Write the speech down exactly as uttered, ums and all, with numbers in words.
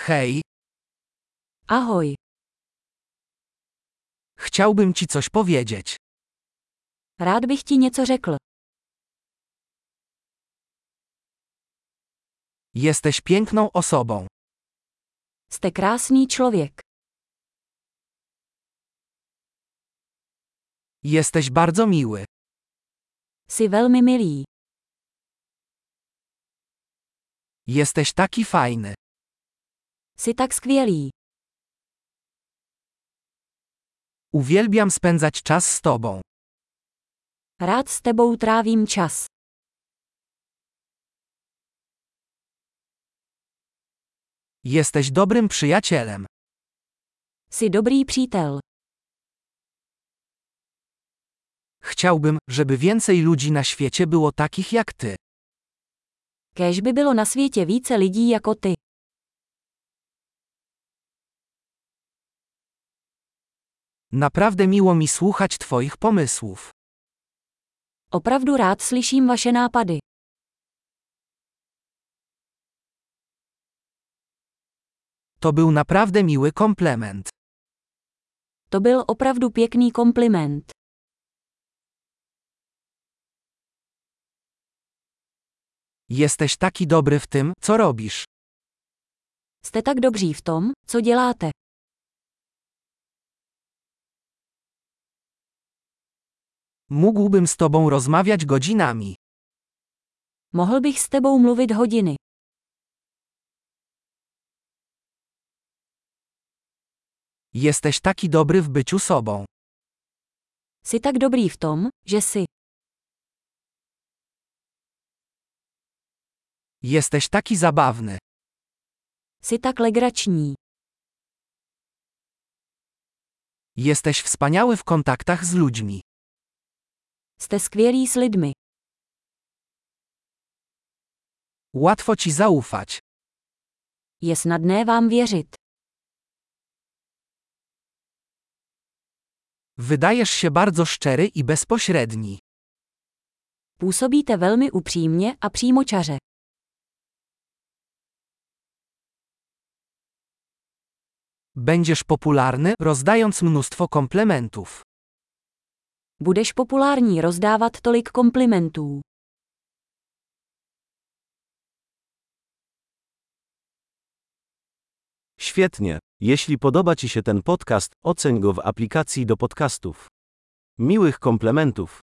Hej, Ahoj, chciałbym ci coś powiedzieć. rád bych ti něco řekl. Jesteś piękną osobą. Jste krásný člověk. Jesteś bardzo miły. Jsi velmi milý. Jesteś taki fajny. Jsi tak skvělý. Uwielbiam spędzać czas z tobą. Rád s tebou trávím čas. Jesteś dobrym przyjacielem. Jsi dobrý přítel. Chciałbym, żeby więcej ludzi na świecie było takich jak ty. Kéž by bylo na světě více lidí jako ty. Naprawdę miło mi słuchać twoich pomysłów. Opravdu rád slyším vaše nápady. To był naprawdę miły komplement. To byl opravdu pěkný kompliment. Jesteś taki dobry w tym, co robisz. Jste tak dobří v tom, co děláte. Mógłbym z tobą rozmawiać godzinami. Mohl bych s tebou mluvit hodiny. Jesteś taki dobry w byciu sobą. Jsi tak dobrý v tom, že jsi. Jesteś taki zabawny. Jsi tak legrační. Jesteś wspaniały w kontaktach z ludźmi. Jste skvělý s lidmi. Łatwo ci zaufać. Je snadné vám věřit. Wydajesz się bardzo szczery i bezpośredni. Působíte velmi upřímně a přímočaře. Będziesz popularny, rozdając mnóstwo komplementów. Budeš populární rozdávat tolik komplimentů. Świetnie. Jeśli podoba Ci się ten podcast, oceń go w aplikacji do podcastów. Miłych komplementów.